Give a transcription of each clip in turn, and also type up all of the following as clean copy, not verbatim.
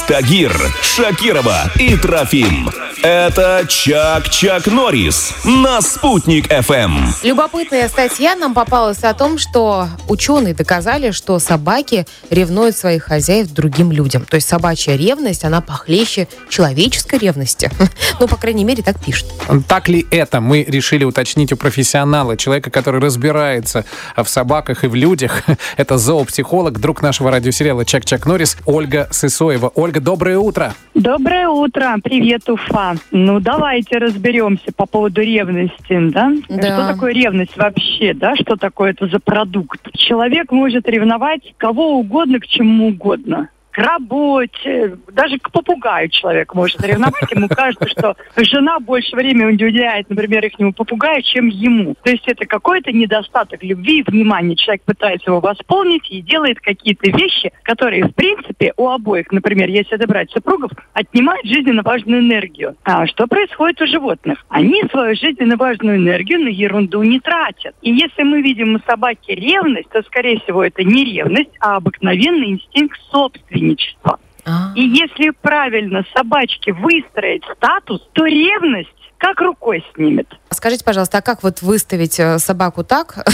Тагир, Шакирова и Трофим. Это Чак-Чак Норрис на Спутник ФМ. Любопытная статья нам попалась о том, что ученые доказали, что собаки ревнуют своих хозяев другим людям. То есть собачья ревность, она похлеще человеческой ревности. Ну, по крайней мере, так пишут. Так ли это? Мы решили уточнить у профессионала, человека, который разбирается в собаках и в людях. Это зоопсихолог, друг нашего радиосериала «Чак-Чак Норрис» Ольга Сысоева. Ольга, доброе утро. Доброе утро. Привет, Уфа. Ну, давайте разберемся по поводу ревности, да? Да. Что такое ревность вообще, да? Что такое это за продукт? Человек может ревновать кого угодно к чему угодно. К работе, даже к попугаю человек может ревновать. Ему кажется, что жена больше времени уделяет, например, ихнему попугаю, чем ему. То есть это какой-то недостаток любви и внимания. Человек пытается его восполнить и делает какие-то вещи, которые, в принципе, у обоих, например, если это брать супругов, отнимают жизненно важную энергию. А что происходит у животных? Они свою жизненно важную энергию на ерунду не тратят. И если мы видим у собаки ревность, то, скорее всего, это не ревность, а обыкновенный инстинкт собственничества. И если правильно собачке выстроить статус, то ревность как рукой снимет. Скажите, пожалуйста, а как вот выставить собаку так?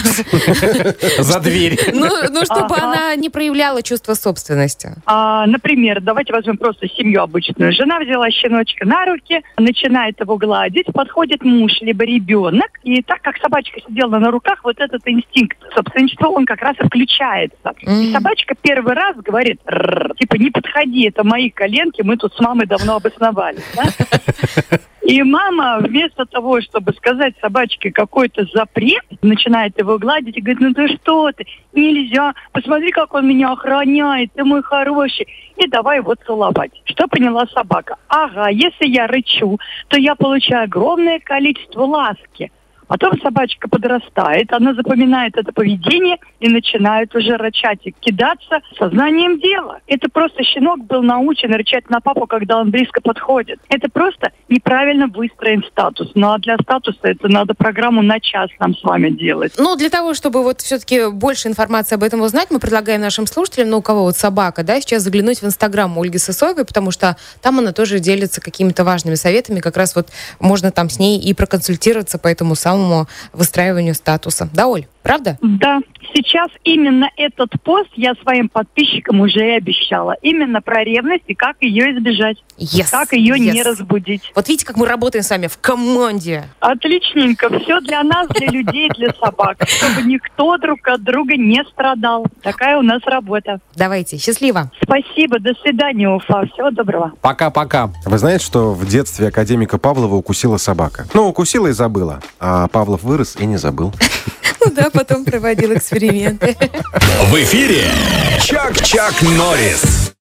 За дверь. Ну, чтобы она не проявляла чувство собственности. Например, давайте возьмем просто семью обычную. Жена взяла щеночка на руки, начинает его гладить, подходит муж, либо ребенок, и так как собачка сидела на руках, вот этот инстинкт собственничества, он как раз и включается. И собачка первый раз говорит, типа, не подходи, это мои коленки, мы тут с мамой давно обосновались. Да? И мама вместо того, чтобы сказать собачке какой-то запрет, начинает его гладить и говорит, ну ты что ты, нельзя, посмотри, как он меня охраняет, ты мой хороший. И давай его целовать. Что поняла собака? Ага, если я рычу, то я получаю огромное количество ласки. Потом собачка подрастает, она запоминает это поведение и начинает уже рычать и кидаться сознанием дела. Это просто щенок был научен рычать на папу, когда он близко подходит. Это просто неправильно выстроен статус. Ну а для статуса это надо программу на час нам с вами делать. Ну, для того, чтобы вот все-таки больше информации об этом узнать, мы предлагаем нашим слушателям, ну, у кого вот собака, да, сейчас заглянуть в Инстаграм Ольги Сысоевой, потому что там она тоже делится какими-то важными советами. Как раз вот можно там с ней и проконсультироваться по этому самому выстраиванию статуса. Да, Оль? Правда? Да. Сейчас именно этот пост я своим подписчикам уже и обещала. Именно про ревность и как ее избежать. Как ее не разбудить. Вот видите, как мы работаем с вами в команде. Отличненько. Все для нас, для людей, для собак. Чтобы никто друг от друга не страдал. Такая у нас работа. Давайте. Счастливо. Спасибо. До свидания, Уфа. Всего доброго. Пока-пока. Вы знаете, что в детстве академика Павлова укусила собака? Ну, укусила и забыла. А Павлов вырос и не забыл. Ну да, потом проводил эксперименты. В эфире Чак-Чак Норрис.